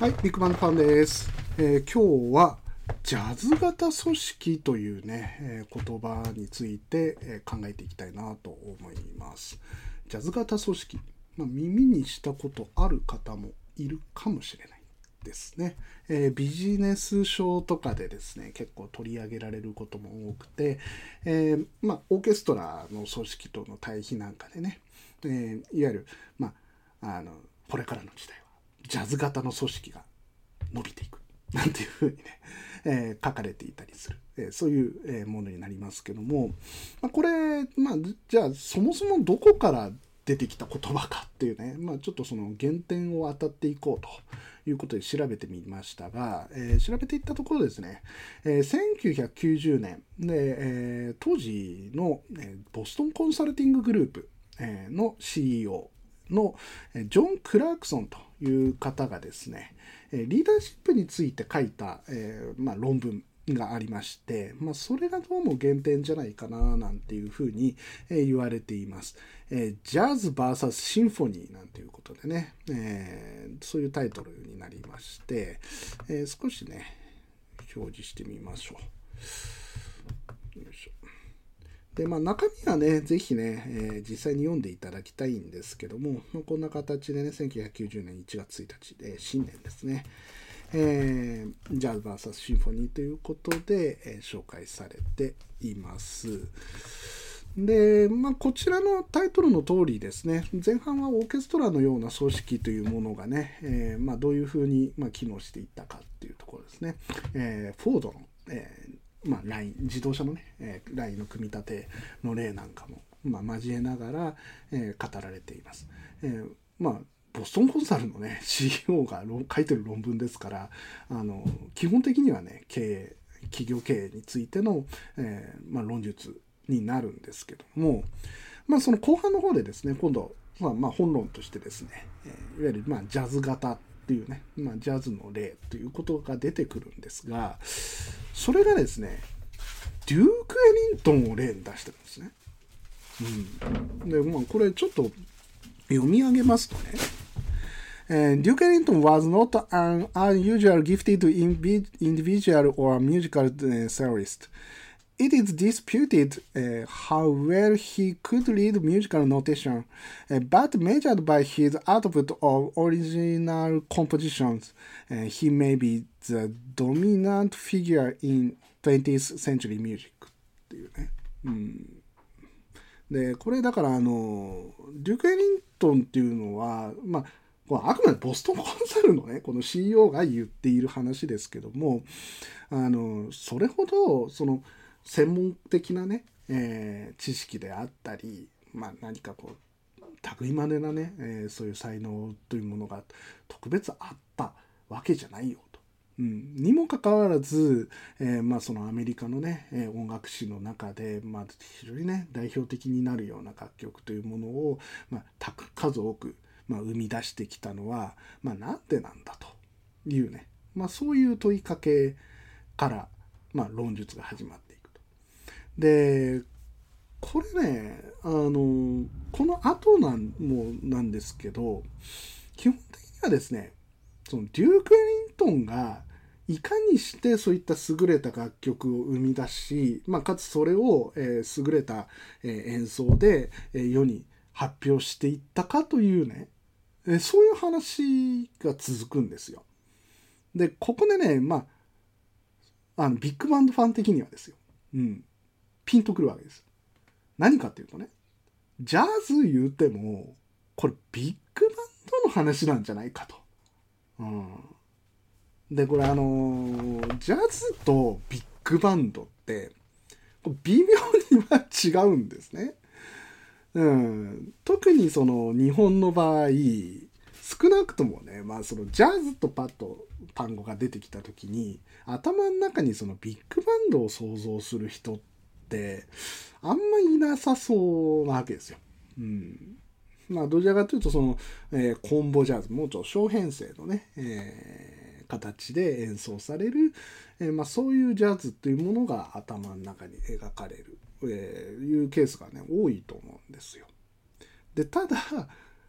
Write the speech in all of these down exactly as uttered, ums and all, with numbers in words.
はい、ビッグバンドファンです。えー今日はジャズ型組織というね、えー言葉について、えー考えていきたいなと思います。ジャズ型組織、まあ、耳にしたことある方もいるかもしれないですね。えービジネス書とかでですね、結構取り上げられることも多くて、えーまあ、オーケストラの組織との対比なんかでね、えーいわゆる、まあ、あのこれからの時代はジャズ型の組織が伸びていくなんていうふうにね、えー書かれていたりする、えーそういう、えーものになりますけども、まあ、これ、まあ、じゃあそもそもどこから出てきた言葉かっていうね、まあ、ちょっとその原点を当たっていこうということで調べてみましたが、えー調べていったところですね、えーせんきゅうひゃくきゅうじゅうねんで、えー当時の、えーボストンコンサルティンググループ、えーの シーイーオーのジョン・クラークソンという方がですね、リーダーシップについて書いた、えーまあ、論文がありまして、まあ、それがどうも原点じゃないかななんていうふうに、えー言われています。えー、ジャズ ブイエス シンフォニーなんていうことでね、えーそういうタイトルになりまして、えー少しね、表示してみましょう。よいしょ。で、まあ、中身はね、ぜひね、えー実際に読んでいただきたいんですけども、こんな形でね、せんきゅうひゃくきゅうじゅうねんいちがつついたちで、新年ですね、えージャズ ブイエス シンフォニーということで、えー紹介されています。で、まあ、こちらのタイトルの通りですね、前半はオーケストラのような組織というものがね、えーまあ、どういうふうに、まあ、機能していったかっていうところですね。えーフォードの、えーまあ、ライン、自動車のね、えーラインの組み立ての例なんかも、まあ、交えながら、えー語られています。えーまあ、ボストンコンサルのね、シーイーオー が論書いてる論文ですから、あの、基本的にはね、経営、企業経営についての、えーまあ、論述になるんですけども、まあ、その後半の方でですね、今度、まあ、まあ本論としてですね、えーいわゆるまあジャズ型っていうね、まあ、ジャズの例ということが出てくるんですが、それがですね、デューク・エリントンを例に出してるんですね。うん、で、まあ、これちょっと読み上げますとね、Uh, Duke Ellington was not an unusual gifted individual or musical uh, theorist. It is disputed uh, how well he could read musical notation, uh, but measured by his output of original compositions, uh, he may be the dominant figure in twentieth century music. っていうね。うん、で、これだからあの、デューク・エリントンっていうのは、まあ、これあくまでボストンコンサルのね、この シーイーオー が言っている話ですけども、あの、それほど、その、専門的なね、えー知識であったり、まあ何かこう、類まれなね、えーそういう才能というものが特別あったわけじゃないよと。うん、にもかかわらず、えーまあ、そのアメリカのね、えー音楽史の中で、まあ、非常にね代表的になるような楽曲というものを、まあ、たく数多く、まあ、生み出してきたのは、まあ、なんでなんだというね、まあ、そういう問いかけから、まあ、論述が始まっていくと。でこれね、あのこの後なんもなんですけど、基本的にはですね、そのデューク・エリントンがいかにしてそういった優れた楽曲を生み出し、まあ、かつそれを、えー優れた、えー演奏で、えー世に発表していったかというね、えーそういう話が続くんですよ。で、ここでね、まあ、あのビッグバンドファン的にはですよ、うん、ピンとくるわけです。何かっていうとね、ジャズ言うても、これビッグバンドの話なんじゃないかと。うん、で、これあのージャズとビッグバンドって、微妙には違うんですね。うん。特にその日本の場合、少なくともね、まあそのジャズとパッと単語が出てきた時に、頭の中にそのビッグバンドを想像する人って、あんまいなさそうなわけですよ。うん。まあどちらかというとその、えーコンボジャズ、もうちょっと小編成のね、えー形で演奏される、えーまあ、そういうジャズというものが頭の中に描かれる、えーいうケースがね多いと思うんですよ。でただ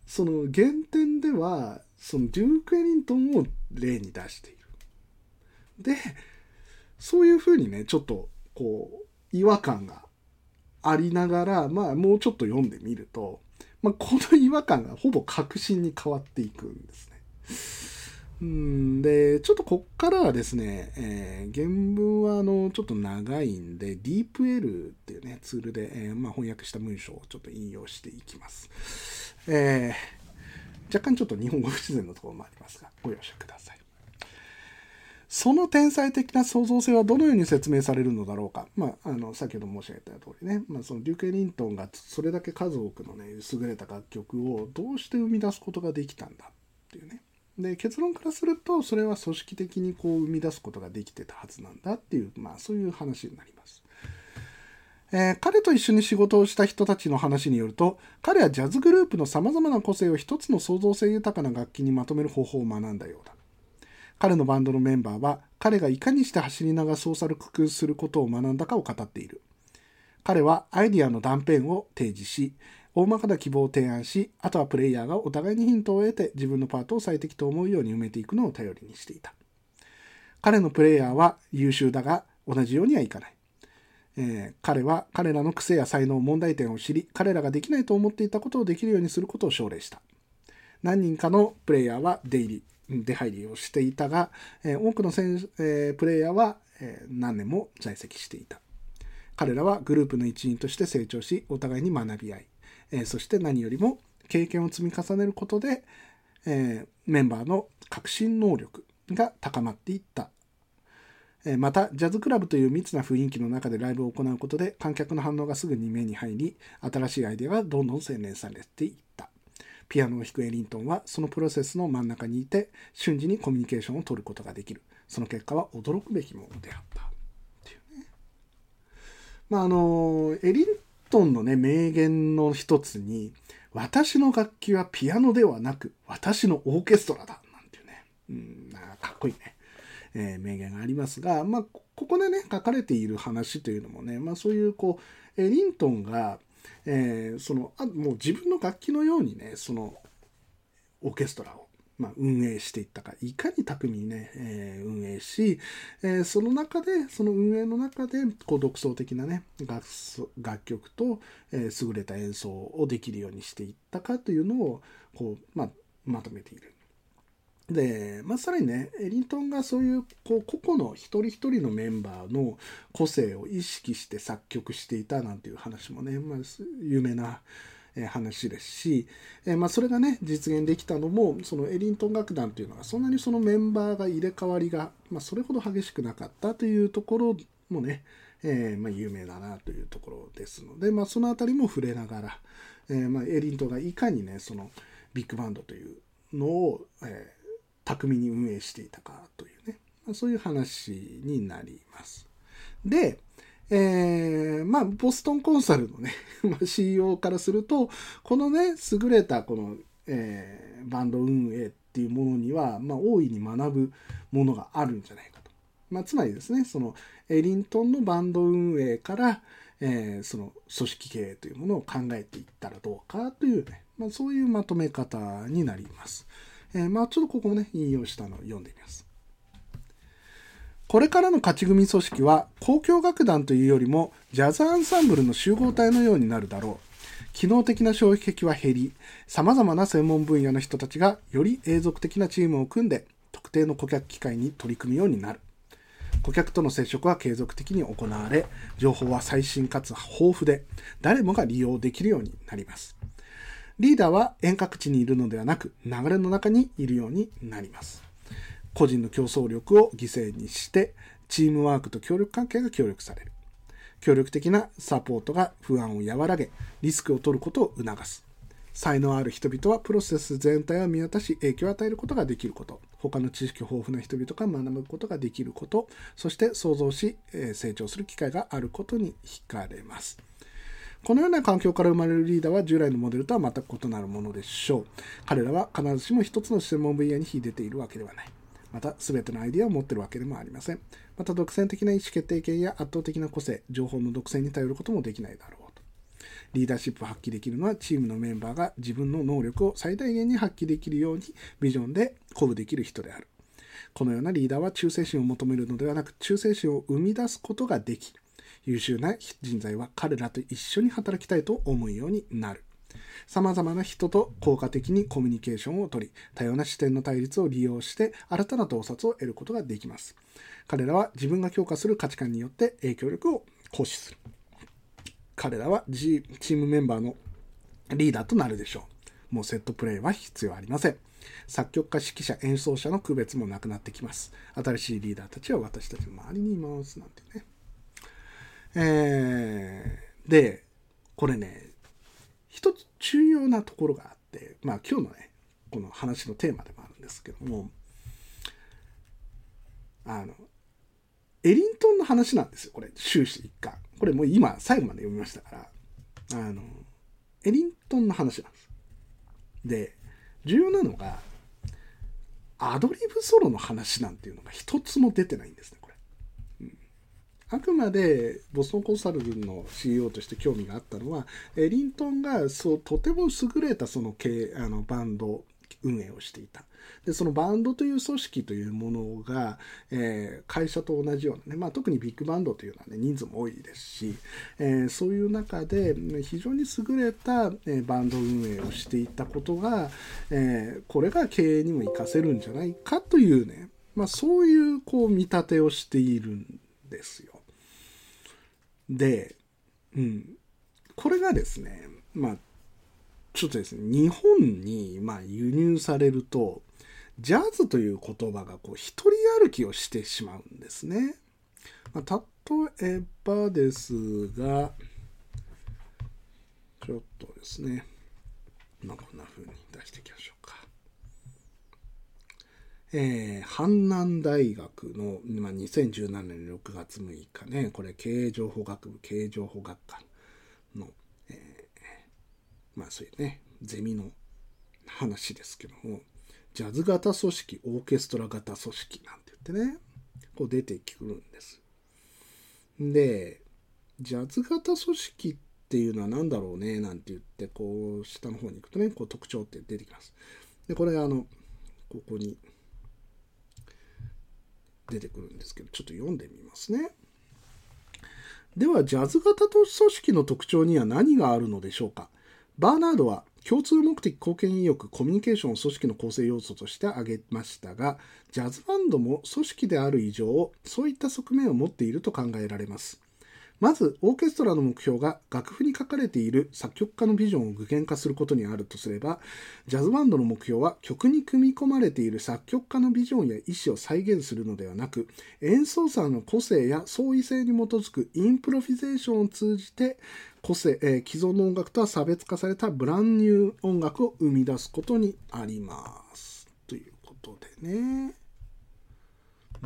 その原点ではそのデューク・エリントンを例に出している。でそういうふうにねちょっとこう違和感がありながら、まあもうちょっと読んでみると、まあ、この違和感がほぼ確信に変わっていくんですね。うんでちょっとこっからはですね、えー、原文はあのちょっと長いんで ディープエル っていうねツールで、えーまあ、翻訳した文章をちょっと引用していきます。えー、若干ちょっと日本語不自然なところもありますがご容赦ください。その天才的な創造性はどのように説明されるのだろうか。まあ、あの先ほど申し上げた通りね、まあ、そのデューク・エリントンがそれだけ数多くのね優れた楽曲をどうして生み出すことができたんだっていうね。で結論からするとそれは組織的にこう生み出すことができてたはずなんだっていう、まあ、そういう話になります。えー、彼と一緒に仕事をした人たちの話によると、彼はジャズグループのさまざまな個性を一つの創造性豊かな楽器にまとめる方法を学んだようだ。彼のバンドのメンバーは彼がいかにして走りながら操作工夫することを学んだかを語っている。彼はアイディアの断片を提示し、大まかな希望を提案し、あとはプレイヤーがお互いにヒントを得て自分のパートを最適と思うように埋めていくのを頼りにしていた。彼のプレイヤーは優秀だが同じようにはいかない。えー、彼は彼らの癖や才能、問題点を知り、彼らができないと思っていたことをできるようにすることを奨励した。何人かのプレイヤーは出入り、出入りをしていたが、えー、多くの選手、えー、プレイヤーは、えー、何年も在籍していた。彼らはグループの一員として成長し、お互いに学び合い、えー、そして何よりも経験を積み重ねることで、えー、メンバーの革新能力が高まっていった。えー、また、ジャズクラブという密な雰囲気の中でライブを行うことで、観客の反応がすぐに目に入り、新しいアイデアがどんどん洗練されていった。ピアノを弾くエリントンは、そのプロセスの真ん中にいて、瞬時にコミュニケーションを取ることができる。その結果は驚くべきものであった。っていうね。まあ、あの、エリントンのね、名言の一つに、私の楽器はピアノではなく、私のオーケストラだ。なんていうね。うん、かっこいいね。えー、名言がありますが、まあ、ここでね、書かれている話というのもね、まあ、そういう、こう、エリントンが、えー、そのあもう自分の楽器のようにねそのオーケストラを、まあ、運営していったかいかに巧みにね、えー、運営し、えー、その中でその運営の中でこう独創的なね 楽, 楽曲と、えー、優れた演奏をできるようにしていったかというのをこう、まあ、まとめている。で、まあ、さらにね、エリントンがそういう、こう、個々の一人一人のメンバーの個性を意識して作曲していたなんていう話もね、まあ、有名な話ですし、えまあ、それがね、実現できたのも、そのエリントン楽団というのは、そんなにそのメンバーが入れ替わりが、まあ、それほど激しくなかったというところもね、えー、まあ、有名だなというところですので、まあ、そのあたりも触れながら、えー、まあ、エリントンがいかにね、そのビッグバンドというのを、えー巧みに運営していたかというね、そういう話になります。で、えー、まあ、ボストンコンサルのね、シーイーオー からすると、このね、優れたこの、えー、バンド運営っていうものには、まあ、大いに学ぶものがあるんじゃないかと。まあ、つまりですね、そのエリントンのバンド運営から、えー、その組織経営というものを考えていったらどうかというね、まあ、そういうまとめ方になります。えー、まあちょっとここもね引用したのを読んでみます。これからの勝ち組組織は交響楽団というよりもジャズアンサンブルの集合体のようになるだろう。機能的な障壁は減り、様々な専門分野の人たちがより永続的なチームを組んで特定の顧客機会に取り組むようになる。顧客との接触は継続的に行われ、情報は最新かつ豊富で誰もが利用できるようになります。リーダーは遠隔地にいるのではなく流れの中にいるようになります。個人の競争力を犠牲にしてチームワークと協力関係が協力される。協力的なサポートが不安を和らげ、リスクを取ることを促す。才能ある人々はプロセス全体を見渡し影響を与えることができること。他の知識豊富な人々が学ぶことができること。そして創造し成長する機会があることに惹かれます。このような環境から生まれるリーダーは従来のモデルとは全く異なるものでしょう。彼らは必ずしも一つの専門分野に秀でているわけではない。また、すべてのアイデアを持っているわけでもありません。また、独占的な意思決定権や圧倒的な個性、情報の独占に頼ることもできないだろうと。 リーダーシップを発揮できるのはチームのメンバーが自分の能力を最大限に発揮できるようにビジョンで鼓舞できる人である。このようなリーダーは忠誠心を求めるのではなく、忠誠心を生み出すことができ、優秀な人材は彼らと一緒に働きたいと思うようになる。様々な人と効果的にコミュニケーションを取り、多様な視点の対立を利用して新たな洞察を得ることができます。彼らは自分が強化する価値観によって影響力を行使する。彼らはチームメンバーのリーダーとなるでしょう。もうセットプレーは必要ありません。作曲家、指揮者、演奏者の区別もなくなってきます。新しいリーダーたちは私たちの周りにいます。なんてね。えー、で、これね、一つ重要なところがあって、まあ今日のね、この話のテーマでもあるんですけども、あの、エリントンの話なんですよ、これ、終始一貫。これもう今、最後まで読みましたから、あの、エリントンの話なんです。で、重要なのが、アドリブソロの話なんていうのが一つも出てないんですね、これ。うん、あくまで、ボストンコンサルの シーイーオー として興味があったのは、エリントンがそうとても優れたその系あのバンド運営をしていた。でそのバンドという組織というものが、えー、会社と同じようなね、まあ、特にビッグバンドというのは、ね、人数も多いですし、えー、そういう中で非常に優れた、えー、バンド運営をしていたことが、えー、これが経営にも活かせるんじゃないかというね、まあ、そういうこう見立てをしているんですよ。で、うん、これがですね、まあちょっとですね、日本にまあ輸入されると、ジャズという言葉がこう一人歩きをしてしまうんですね。まあ、例えばですが、ちょっとですね、まあ、こんな風に出していきましょうか。えー、阪南大学の、まあ、にせんじゅうななねんろくがつむいかね、これ経営情報学部、経営情報学科の、えー、まあそういうね、ゼミの話ですけども、ジャズ型組織、オーケストラ型組織なんて言ってね、こう出てくるんです。で、ジャズ型組織っていうのは何だろうねなんて言って、こう下の方に行くとね、こう特徴って出てきます。で、これあの、ここに出てくるんですけど、ちょっと読んでみますね。では、ジャズ型組織の特徴には何があるのでしょうか。バーナードは共通目的、貢献意欲、コミュニケーションを組織の構成要素として挙げましたが、ジャズバンドも組織である以上、そういった側面を持っていると考えられます。まず、オーケストラの目標が楽譜に書かれている作曲家のビジョンを具現化することにあるとすれば、ジャズバンドの目標は曲に組み込まれている作曲家のビジョンや意思を再現するのではなく、演奏者の個性や相違性に基づくインプロフィゼーションを通じて、個性、えー、既存の音楽とは差別化されたブランニュー音楽を生み出すことにあります。ということでね。うん。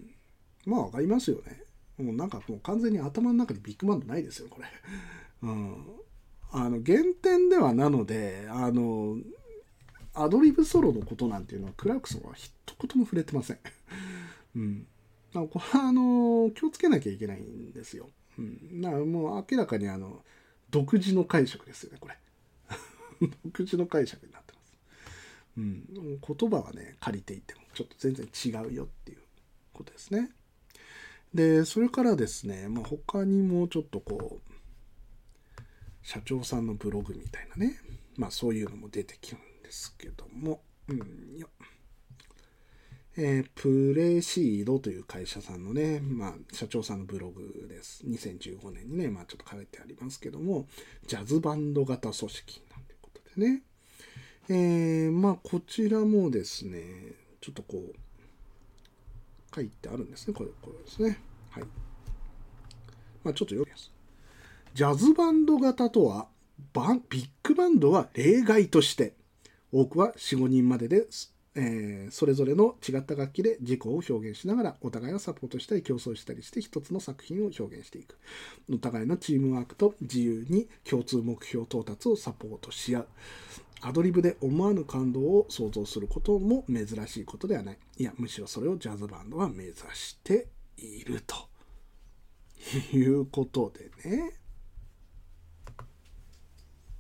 まあ、わかりますよね。もうなんかもう完全に頭の中にビッグバンドないですよ、これ。うん。あの、原点ではなので、あの、アドリブソロのことなんていうのはクラークソンは一言も触れてません。うん。これはあの、気をつけなきゃいけないんですよ。うん。だからもう明らかにあの、独自の解釈ですよね、これ。独自の解釈になってます。うん。言葉はね、借りていてもちょっと全然違うよっていうことですね。で、それからですね、まあ、他にもちょっとこう、社長さんのブログみたいなね、まあそういうのも出てきるんですけども、うんよえー、プレシードという会社さんのね、まあ社長さんのブログです。にせんじゅうごねんにね、まあちょっと書いてありますけども、ジャズバンド型組織なんてことでね、えー、まあこちらもですね、ちょっとこう、書いてあるんですね。これ、これですね。はい。まあちょっと読みます。ジャズバンド型とは、ビッグバンドは例外として、多くはよん、ごにんまでで、えー、それぞれの違った楽器で自己を表現しながら、お互いをサポートしたり競争したりして一つの作品を表現していく。お互いのチームワークと自由に共通目標到達をサポートし合う。アドリブで思わぬ感動を想像することも珍しいことではない。いや、むしろそれをジャズバンドは目指しているということでね。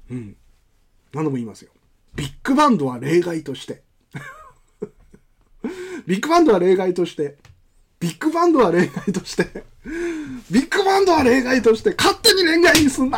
うん。何度も言いますよ。ビッグバンドは例外として。ビッグバンドは例外として。ビッグバンドは例外として。ビッグバンドは例外として。勝手に例外にすんな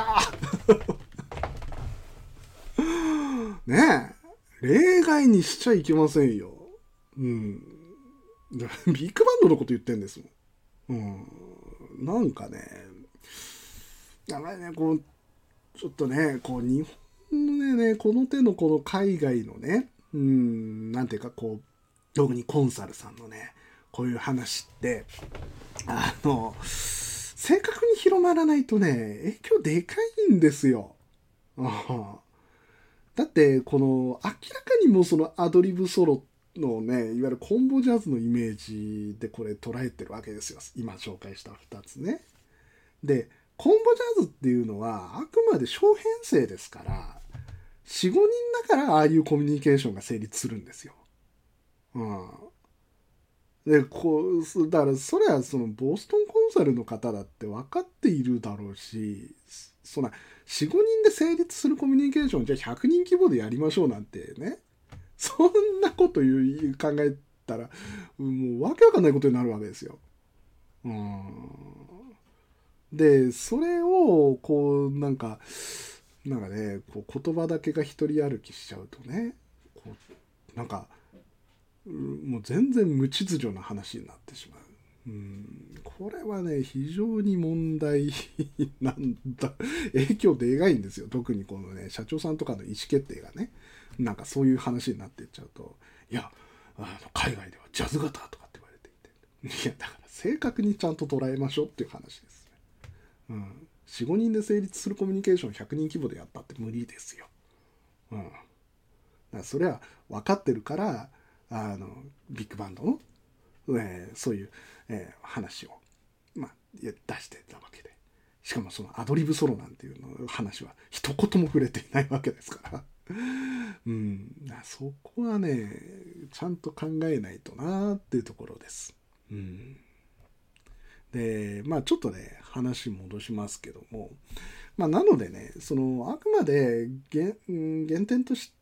ねえ。例外にしちゃいけませんよ。うん。ビッグバンドのこと言ってんですもん。うん。なんかね、やばいね、こう、ちょっとね、こう、日本のね、この手のこの海外のね、うん、なんていうかこう、特にコンサルさんのね、こういう話って、あの、正確に広まらないとね、影響でかいんですよ。ああだって、この、明らかにもうそのアドリブソロのね、いわゆるコンボジャズのイメージでこれ捉えてるわけですよ。今紹介したふたつね。で、コンボジャズっていうのはあくまで小編成ですから、よん、ごにんだからああいうコミュニケーションが成立するんですよ。うん。で、こう、だからそれはそのボストンコンサルの方だって分かっているだろうし、そんなよん、ごにんで成立するコミュニケーションじゃあひゃくにん規模でやりましょうなんてね。そんなこと言う考えたら、もうわけわかんないことになるわけですよ。うん。で、それを、こう、なんか、なんかね、こう言葉だけが一人歩きしちゃうとね、こうなんか、もう全然無秩序な話になってしまう。うん、これはね、非常に問題なんだ。影響でかいんですよ。特にこのね、社長さんとかの意思決定がね、なんかそういう話になっていっちゃうと、いや、あの海外ではジャズ型とかって言われていて、いや、だから正確にちゃんと捉えましょうっていう話ですね。うん。よん、ごにんで成立するコミュニケーションひゃくにん規模でやったって無理ですよ。うん。だからそれは分かってるから、あの、ビッグバンドの、えー、そういう、えー、話を、まあ、出してたわけで。しかもそのアドリブソロなんていうの話は一言も触れていないわけですから。うん。そこはね、ちゃんと考えないとなっていうところです。うん。で、まあちょっとね、話戻しますけども、まあなのでね、その、あくまで原、原点として、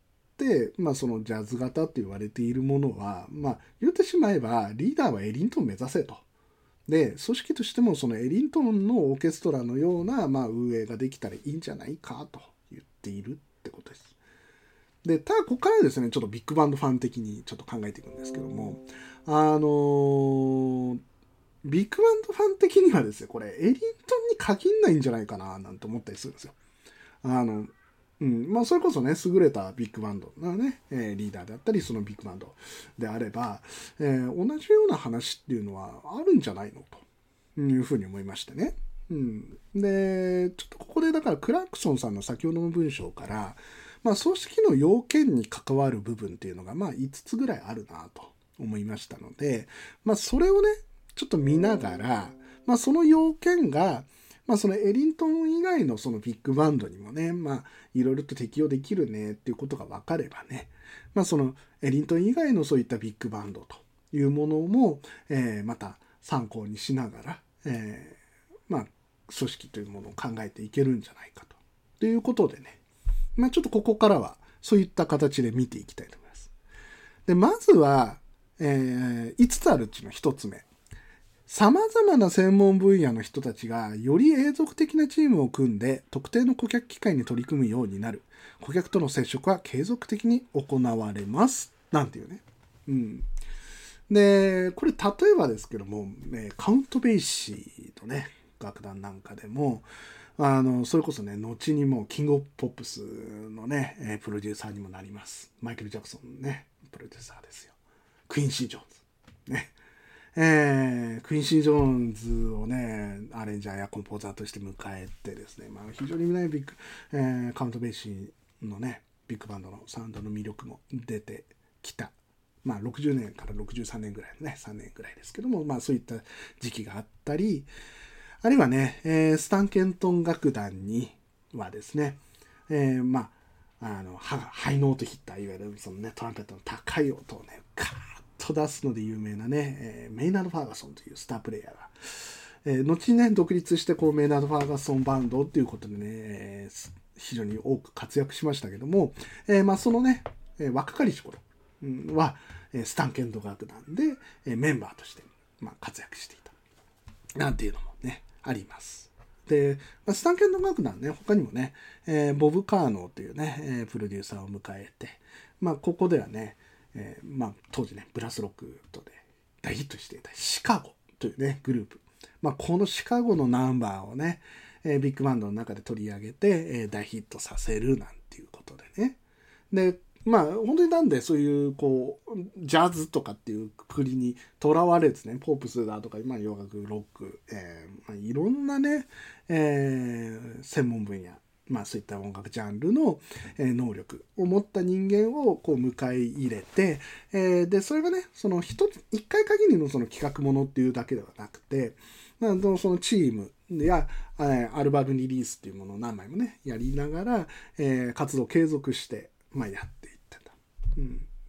まあそのジャズ型って言われているものは、まあ言ってしまえばリーダーはエリントンを目指せと。で、組織としてもそのエリントンのオーケストラのような、まあ、運営ができたらいいんじゃないかと言っているってことです。で、ただここからですね、ちょっとビッグバンドファン的にちょっと考えていくんですけども、あのー、ビッグバンドファン的にはですね、これエリントンに限んないんじゃないかななんて思ったりするんですよ。あの、うん、まあそれこそね、優れたビッグバンドのね、えー、リーダーであったり、そのビッグバンドであれば、えー、同じような話っていうのはあるんじゃないのというふうに思いましてね。うん、で、ちょっとここでだからクラークソンさんの先ほどの文章から、まあ組織の要件に関わる部分っていうのがまあいつつぐらいあるなと思いましたので、まあそれをね、ちょっと見ながら、まあその要件が、まあそのエリントン以外のそのビッグバンドにもね、まあいろいろと適用できるねっていうことが分かればね、まあそのエリントン以外のそういったビッグバンドというものも、えー、また参考にしながら、えー、まあ組織というものを考えていけるんじゃないかと。ということでね、まあちょっとここからはそういった形で見ていきたいと思います。で、まずは、えー、いつつあるうちのひとつめ。様々な専門分野の人たちがより永続的なチームを組んで特定の顧客機会に取り組むようになる。顧客との接触は継続的に行われます。なんていうね。うん。で、これ例えばですけども、えカウント・ベイシーのね、楽団なんかでも、あの、それこそね、後にもうキング・オブ・ポップスのね、プロデューサーにもなります。マイケル・ジャクソンのね、プロデューサーですよ。クインシー・ジョーンズ。ね。えー、クインシー・ジョーンズをね、アレンジャーやコンポーザーとして迎えてですね、まあ、非常にね、ビッグ、えー、カウント・ベイシーのね、ビッグバンドのサウンドの魅力も出てきた。まあ、ろくじゅうねんからろくじゅうさんねんぐらいのね、さんねんぐらいですけども、まあ、そういった時期があったり、あるいはね、えー、スタンケントン楽団にはですね、えー、まあ、あの、ハイノートヒッター、いわゆるそのね、トランペットの高い音をね、カーッと出すので有名なね、えー、メイナード・ファーガソンというスタープレイヤーが、えー、後にね、独立してこうメイナード・ファーガソンバンドっていうことでね、え非常に多く活躍しましたけども、えー、まあそのね、えー、若かりし頃は、えー、スタンケント楽団で、えー、メンバーとして、まあ、活躍していたなんていうのもねあります。で、まあ、スタンケント楽団ね、他にもね、えー、ボブ・カーノーというね、えー、プロデューサーを迎えて、まあここではね、えー、まあ当時ねブラスロックとで大ヒットしていたシカゴというねグループ、まあこのシカゴのナンバーをね、えー、ビッグバンドの中で取り上げて、えー、大ヒットさせるなんていうことでね。でまあ本当になんでそういうこうジャズとかっていうくくりにとらわれずね、ポップスだとか、まあ、洋楽ロック、えーまあ、いろんなね、えー、専門分野、まあそういった音楽ジャンルの能力を持った人間をこう迎え入れて、えー、でそれがねその一つ一回限りのその企画ものっていうだけではなくて、まあ、そのチームやアルバムリリースっていうものを何枚もねやりながら、えー、活動を継続して、まあ、やっていってた、うん、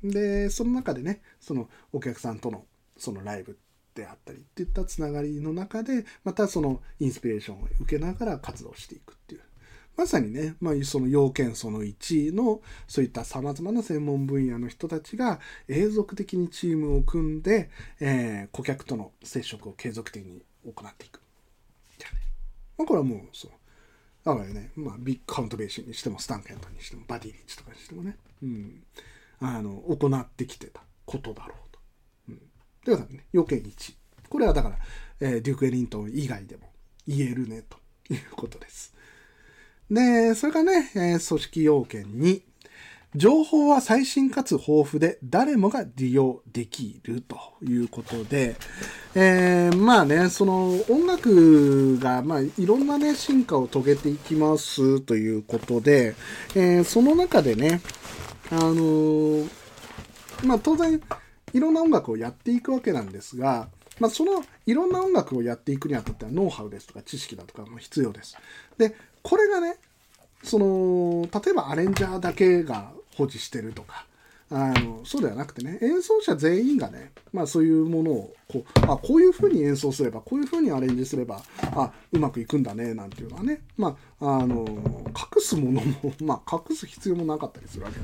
でその中でねそのお客さんとのそのライブであったりっていったつながりの中でまたそのインスピレーションを受けながら活動していくっていう、まさにね、まあ、その要件そのいちのそういったさまざまな専門分野の人たちが永続的にチームを組んで、えー、顧客との接触を継続的に行っていく。じゃあね、まあ、これはもうそうだからね、まあ、ビッグカウントベーシーにしてもスタンケントにしてもバディリッチとかにしてもね、うん、あの行ってきてたことだろうと。うん、ということでね、要件いち。これはだから、えー、デューク・エリントン以外でも言えるねということです。で、それからね、えー、組織要件に、情報は最新かつ豊富で誰もが利用できるということで、えー、まあね、その音楽が、まあ、いろんなね、進化を遂げていきますということで、えー、その中でね、あのー、まあ当然、いろんな音楽をやっていくわけなんですが、まあ、そのいろんな音楽をやっていくにあたってはノウハウですとか知識だとかも必要です。で、これがね、その例えばアレンジャーだけが保持してるとか、あのそうではなくてね、演奏者全員がね、まあそういうものをこう、あ、こういう風に演奏すれば、こういう風にアレンジすれば、あ、うまくいくんだねなんていうのはね、まああの隠すものもまあ隠す必要もなかったりするわけです。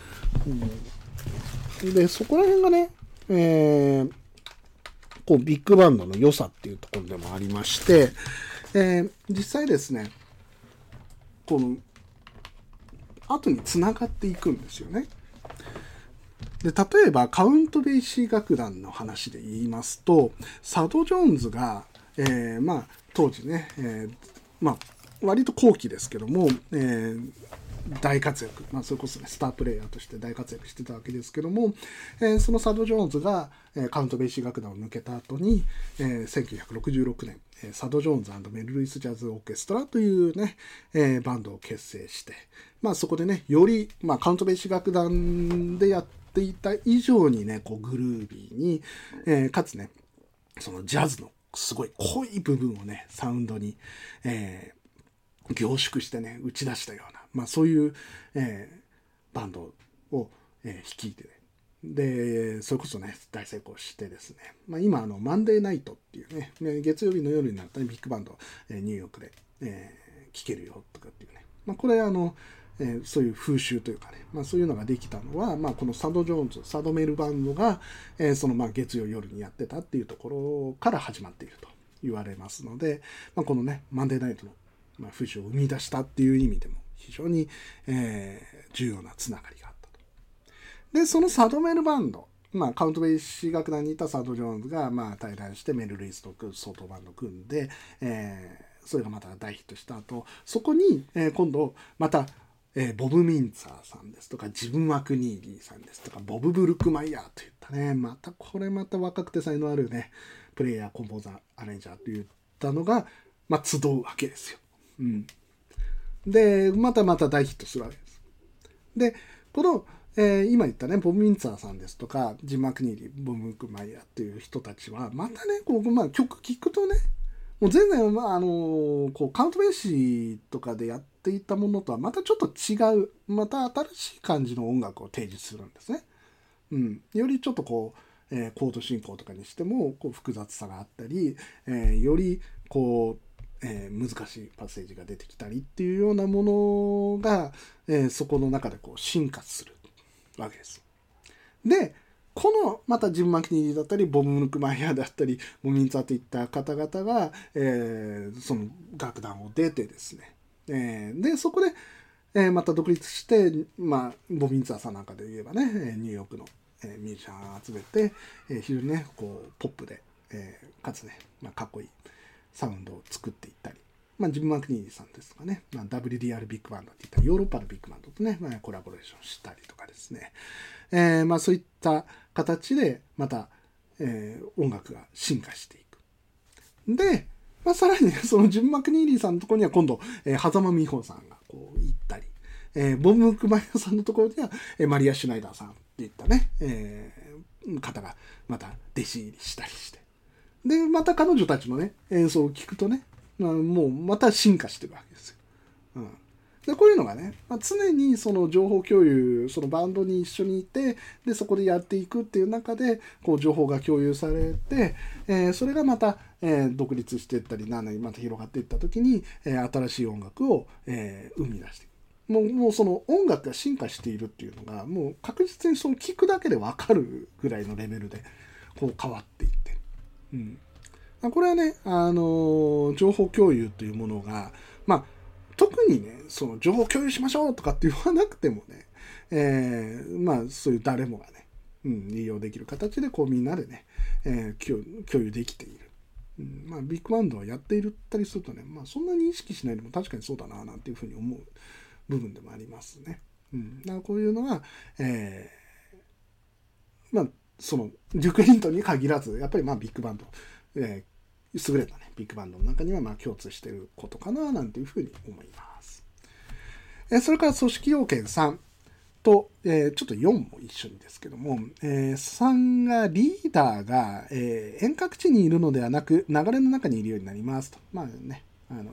うん、でそこら辺がね、えー、こうビッグバンドの良さっていうところでもありまして、えー、実際ですね、この後につながっていくんですよね。で例えばカウント・ベイシー楽団の話で言いますと、サド・ジョーンズが、えー、まあ当時ね、えー、まあ割と後期ですけども、えー、大活躍、まあ、それこそねスタープレイヤーとして大活躍してたわけですけども、えー、そのサド・ジョーンズが、えー、カウント・ベイシー楽団を抜けた後に、えー、せんきゅうひゃくろくじゅうろくねん、えー、サド・ジョーンズ&メル・ルイス・ジャズ・オーケストラというね、えー、バンドを結成して、まあ、そこでねより、まあ、カウント・ベイシー楽団でやっていた以上にねこうグルービーに、えー、かつねそのジャズのすごい濃い部分をねサウンドに、えー、凝縮してね打ち出したような、まあ、そういう、えー、バンドを、えー、率いて、ね、でそれこそね大成功してですね、まあ、今あのマンデーナイトっていうね月曜日の夜になったらビッグバンド、えー、ニューヨークで、えー、聴けるよとかっていうね、まあ、これあのえー、そういう風習というかね、まあ、そういうのができたのは、まあ、このサド・ジョーンズ、サドメルバンドが、えー、そのまあ月曜夜にやってたっていうところから始まっていると言われますので、まあ、このねマンデーナイトの、まあ、風習を生み出したっていう意味でも非常に、えー、重要なつながりがあったと。でそのサドメルバンド、まあ、カウントベイシー楽団にいたサド・ジョーンズが、まあ、対談してメル・ルイスと相当バンドを組んで、えー、それがまた大ヒットした後、そこに、えー、今度またえー、ボブ・ミンツァーさんですとかジム・マクニーリーさんですとかボブ・ブルックマイヤーといったね、またこれまた若くて才能あるねプレイヤー、コンポーザー、アレンジャーといったのが、まあ、集うわけですよ。うん、でまたまた大ヒットするわけです。でこの、えー、今言ったねボブ・ミンツァーさんですとかジム・マクニーリー、ボブ・ブルックマイヤーという人たちはまたねこう、まあ、曲聴くとねもう全然、まあ、あのこうカウントベーシーとかでやっていたものとはまたちょっと違う、また新しい感じの音楽を提示するんですね。うん、よりちょっとこう、えー、コード進行とかにしてもこう複雑さがあったり、えー、よりこう、 えー、難しいパッセージが出てきたりっていうようなものが、えー、そこの中でこう進化するわけです。で、このまたジム・マクニーリーだったりボブ・ムルクマイヤーだったりモミンツァーといった方々が、えー、その楽団を出てですね、えー、でそこで、えー、また独立して、まあ、ボビンツァーさんなんかで言えばねニューヨークの、えー、ミュージシャンを集めて、えー、非常にねこうポップで、えー、かつね、まあ、かっこいいサウンドを作っていったり、まあ、ジム・マクニーリーさんですとかね、まあ、ダブリューディーアール ビッグバンドっていったヨーロッパのビッグバンドとね、まあ、コラボレーションしたりとかですね、えーまあ、そういった形でまた、えー、音楽が進化していく。で、まあ、さらに、ね、そのジム・マクニーリーさんのところには今度、えー、狭間美穂さんがこう行ったり、えー、ボブ・ムクマイヤさんのところには、えー、マリア・シュナイダーさんっていったね、えー、方がまた弟子入りしたりして。で、また彼女たちのね、演奏を聴くとね、まあ、もうまた進化してるわけですよ。うん。で、こういうのがね、まあ、常にその情報共有、そのバンドに一緒にいて、で、そこでやっていくっていう中で、こう、情報が共有されて、えー、それがまた、えー、独立していったり、何々また広がっていった時に、えー、新しい音楽を、えー、生み出していく。もう、もうその音楽が進化しているっていうのが、もう確実にその聞くだけでわかるぐらいのレベルで、こう変わっていって。うん。これはね、あのー、情報共有というものが、まあ、特にね、その情報共有しましょうとかって言わなくてもね、えー、まあ、そういう誰もがね、うん、利用できる形で、こうみんなでね、えー、共有できている。うん、まあ、ビッグバンドはやっているったりするとね、まあ、そんなに意識しないでも確かにそうだな、なんていうふうに思う部分でもありますね。うん。だからこういうのは、えー、まあ、その、デューク・リントンに限らず、やっぱりまあ、ビッグバンド、えー優れたね、ビッグバンドの中にはまあ共通していることかななんていうふうに思います。えそれから組織要件さんと、えー、ちょっとよんも一緒にですけども、えー、さんがリーダーが、えー、遠隔地にいるのではなく流れの中にいるようになりますと。まあね、あの、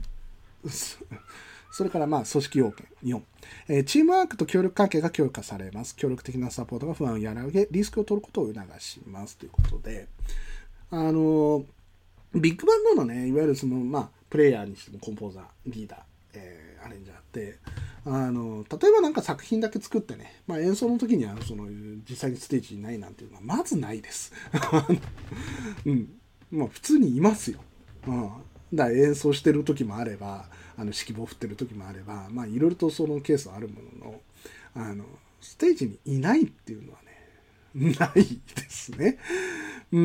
それからまあ組織要件よん、えー、チームワークと協力関係が強化されます。協力的なサポートが不安を和らげ、リスクを取ることを促しますということで、あのービッグバンドのね、いわゆるその、まあ、プレイヤーにしてもコンポーザー、リーダー、えー、アレンジャーって、あの、例えばなんか作品だけ作ってね、まあ演奏の時にはその、実際にステージにないなんていうのはまずないです。うん。まあ普通にいますよ。うん。だから演奏してる時もあれば、あの、指揮棒振ってる時もあれば、まあいろいろとそのケースはあるものの、あの、ステージにいないっていうのはね、ないですね。うん。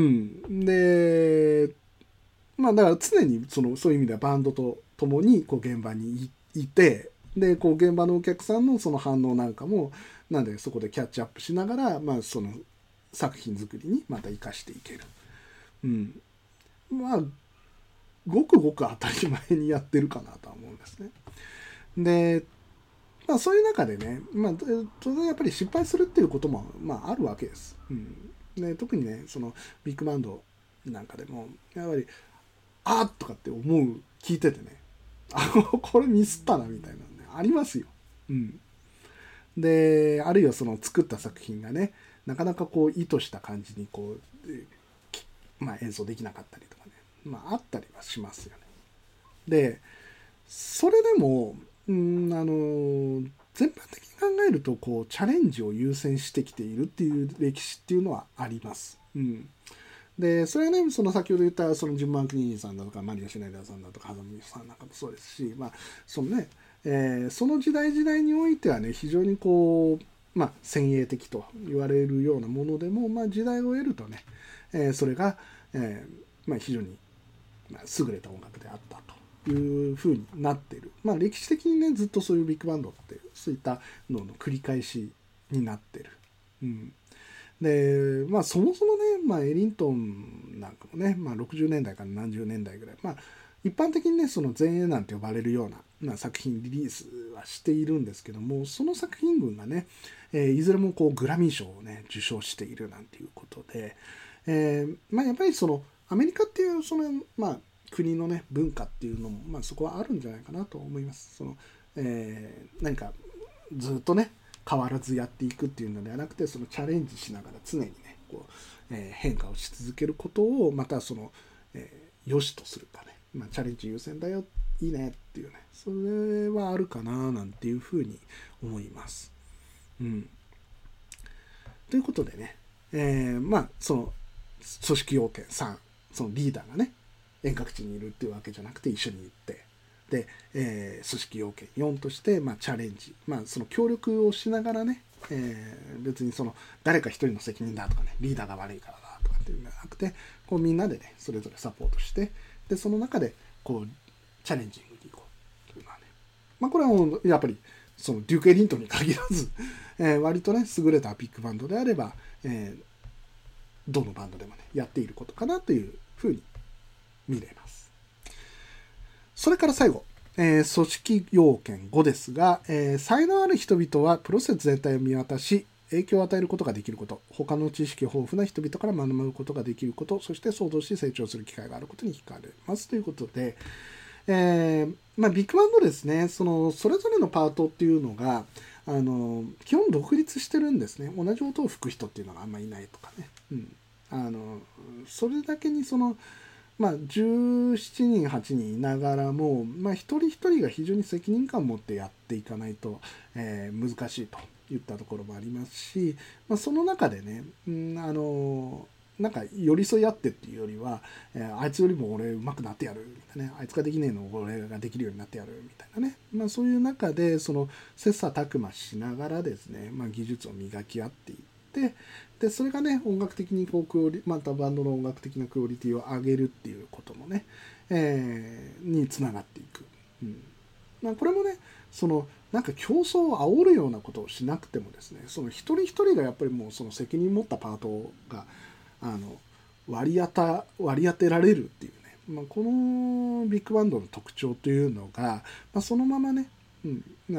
で、まあだから常にそのそういう意味ではバンドと共にこう現場にいて、でこう現場のお客さんのその反応なんかもなんでそこでキャッチアップしながら、まあ、その作品作りにまた生かしていける。うん、まあごくごく当たり前にやってるかなとは思うんですね。で、まあ、そういう中でね、まあ、やっぱり失敗するっていうことも、まあ、あるわけです。うん、で特にねそのビッグバンドなんかでもやっぱりあーとかって思う聞いててね、あこれミスったなみたいなのねありますよ。うん。であるいはその作った作品がねなかなかこう意図した感じにこう、まあ、演奏できなかったりとかね、まああったりはしますよね。でそれでもうんあの全般的に考えるとこうチャレンジを優先してきているっていう歴史っていうのはあります。うん。でそれはねその先ほど言ったそのジム・マンクニーニーさんだとかマリア・シュナイダーさんだとかハザミさんなんかもそうですし、まあそのね、えー、その時代時代においてはね非常にこう、まあ、先鋭的と言われるようなものでも、まあ、時代を得るとね、えー、それが、えーまあ、非常に優れた音楽であったというふうになっている、まあ、歴史的にねずっとそういうビッグバンドってそういったのの繰り返しになっている。うんでまあ、そもそもね、まあ、エリントンなんかもね、まあ、ろくじゅうねんだいから何十年代ぐらい、まあ、一般的にねその前衛なんて呼ばれるような、まあ、作品リリースはしているんですけどもその作品群がね、えー、いずれもこうグラミー賞をね受賞しているなんていうことで、えーまあ、やっぱりそのアメリカっていうその、まあ、国のね文化っていうのも、まあ、そこはあるんじゃないかなと思います。その、えー、何かずっとね変わらずやっていくっていうのではなくてそのチャレンジしながら常にねこう、えー、変化をし続けることをまたその、えー、良しとするかね、 まあ、チャレンジ優先だよ、いいねっていうね、それはあるかななんていうふうに思います。うん。ということでね、えー、まあその組織要件さん、そのリーダーがね遠隔地にいるっていうわけじゃなくて一緒に行って、で、えー、組織要件よんとして、まあ、チャレンジ、まあ、その協力をしながらね、えー、別にその誰か一人の責任だとかね、リーダーが悪いからだとかっていうんじゃなくて、こうみんなでねそれぞれサポートして、でその中でこうチャレンジングにいこうというのはね、まあこれはもうやっぱりそのデューク・エリントンに限らず、えー、割とね優れたビッグバンドであれば、えー、どのバンドでもねやっていることかなというふうに見れます。それから最後、えー、組織要件ごですが、えー、才能ある人々はプロセス全体を見渡し影響を与えることができること、他の知識豊富な人々から学ぶことができること、そして想像し成長する機会があることに惹かれますということで、えーまあ、ビッグバンドですね、そのそれぞれのパートっていうのがあの基本独立してるんですね。同じ音を吹く人っていうのがあんまりいないとかね、うん、あのそれだけにそのまあじゅうしちにんはちにんいながらも、まあ、一人一人が非常に責任感を持ってやっていかないと、えー、難しいといったところもありますし、まあ、その中でね、うん、あのなんか寄り添い合ってっていうよりは、えー、あいつよりも俺上手くなってやるみたいなね、あいつができねえのを俺ができるようになってやるみたいなね、まあ、そういう中でその切磋琢磨しながらですね、まあ、技術を磨き合っていって、でそれがね音楽的にこうクオリまたバンドの音楽的なクオリティを上げるっていうこともね、えー、につながっていく、うんまあ、これもねそのなんか競争を煽るようなことをしなくてもですね、その一人一人がやっぱりもうその責任持ったパートがあの割り当た割り当てられるっていうね、まあ、このビッグバンドの特徴というのが、まあ、そのままね、うん、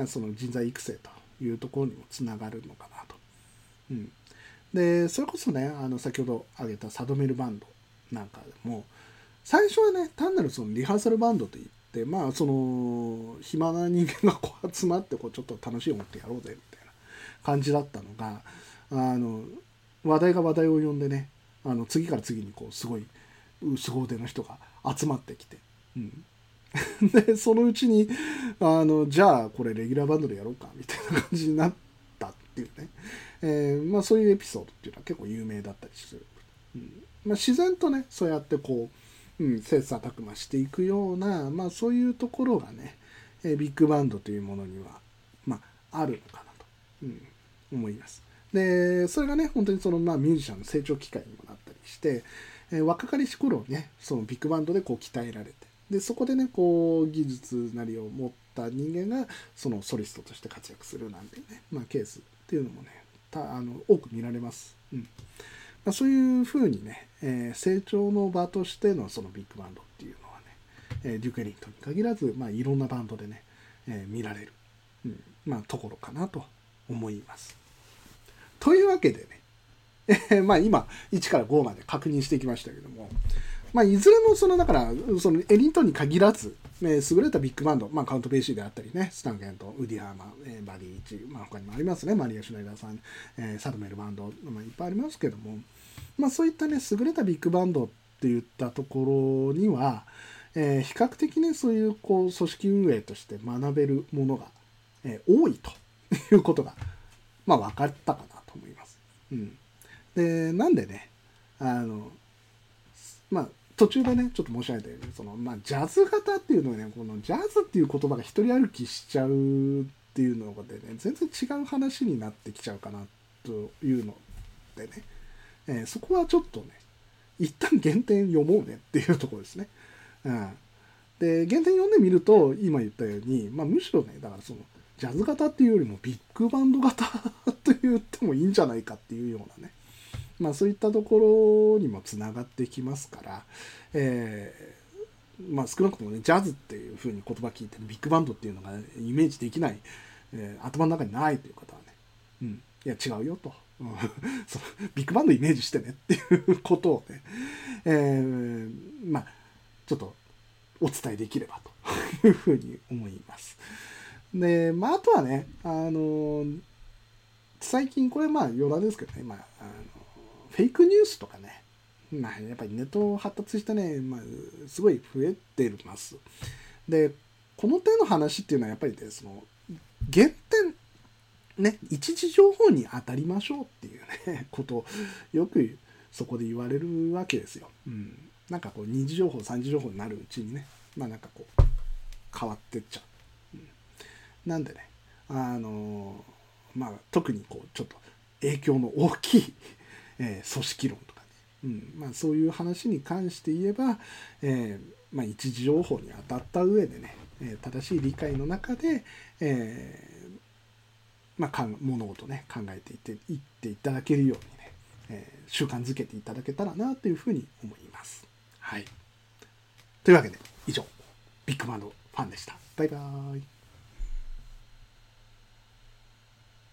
その人材育成というところにもつながるのかなと。うん、でそれこそねあの先ほど挙げたサドメルバンドなんかでも最初はね単なるそのリハーサルバンドといってまあその暇な人間がこう集まってこうちょっと楽しい音楽やろうぜみたいな感じだったのが、あの話題が話題を呼んでね、あの次から次にこうすごい凄腕の人が集まってきて、うん、でそのうちにあのじゃあこれレギュラーバンドでやろうかみたいな感じになったっていうね、えーまあ、そういうエピソードっていうのは結構有名だったりする、うんまあ、自然とねそうやってこう、うん、切磋琢磨していくような、まあ、そういうところがね、えー、ビッグバンドというものには、まあ、あるのかなと、うん、思います。でそれがね本当にその、まあ、ミュージシャンの成長機会にもなったりして、えー、若かりし頃ねそのビッグバンドでこう鍛えられて、でそこでねこう技術なりを持った人間がそのソリストとして活躍するなんていうね、まあ、ケースっていうのもねたあの多く見られます。うんまあ、そういうふうにね、えー、成長の場としてのそのビッグバンドっていうのはね、えー、デューク・エリントンに限らず、まあ、いろんなバンドでね、えー、見られる、うんまあ、ところかなと思います。というわけでね、えー、まあ今いちからごまで確認してきましたけども、まあ、いずれもそのだからそのエリントンに限らず、えー、優れたビッグバンド、まあ、カウント・ベイシーであったりね、スタン・ケント、ウディ・ハーマン、えー、バディ・イチ、まあ、他にもありますね、マリア・シュナイダーさん、えー、サドメルバンド、まあ、いっぱいありますけども、まあ、そういったね優れたビッグバンドっていったところには、えー、比較的ねそういうこう組織運営として学べるものが、えー、多いということが、まあ、分かったかなと思います。うん、でなんでねあのまあ途中でねちょっと申し上げたようにその、まあ、ジャズ型っていうのはねこのジャズっていう言葉が一人歩きしちゃうっていうのでね全然違う話になってきちゃうかなというのでね、えー、そこはちょっとね一旦原点読もうねっていうところですね。うん、で原点読んでみると今言ったように、まあ、むしろねだからそのジャズ型っていうよりもビッグバンド型と言ってもいいんじゃないかっていうようなね、まあ、そういったところにもつながってきますから、えーまあ、少なくともねジャズっていう風に言葉聞いてビッグバンドっていうのがイメージできない、えー、頭の中にないという方はね、うん、いや違うよと、うん、そのビッグバンドイメージしてねっていうことをね、えー、まあちょっとお伝えできればというふうに思います。で、まあ、あとはね、あの最近これまあ余談ですけどね、まあ、あのフェイクニュースとかね、 まあ、やっぱりネット発達したね、まあ、すごい増えてます。で、この手の話っていうのはやっぱりね、その原点ね、一時情報に当たりましょうっていうねことをよくそこで言われるわけですよ。うん、なんかこう二次情報三次情報になるうちにね、まあなんかこう変わってっちゃう。うん、なんでね、あのー、まあ特にこうちょっと影響の大きい、えー、組織論とかね、うんまあ、そういう話に関して言えば、えーまあ、一次情報に当たった上でね、えー、正しい理解の中で、えーまあ、かん物事ね考えていっていっていただけるようにね、えー、習慣づけていただけたらなというふうに思います。はい。というわけで以上ビッグマンのファンでした。バイバーイ。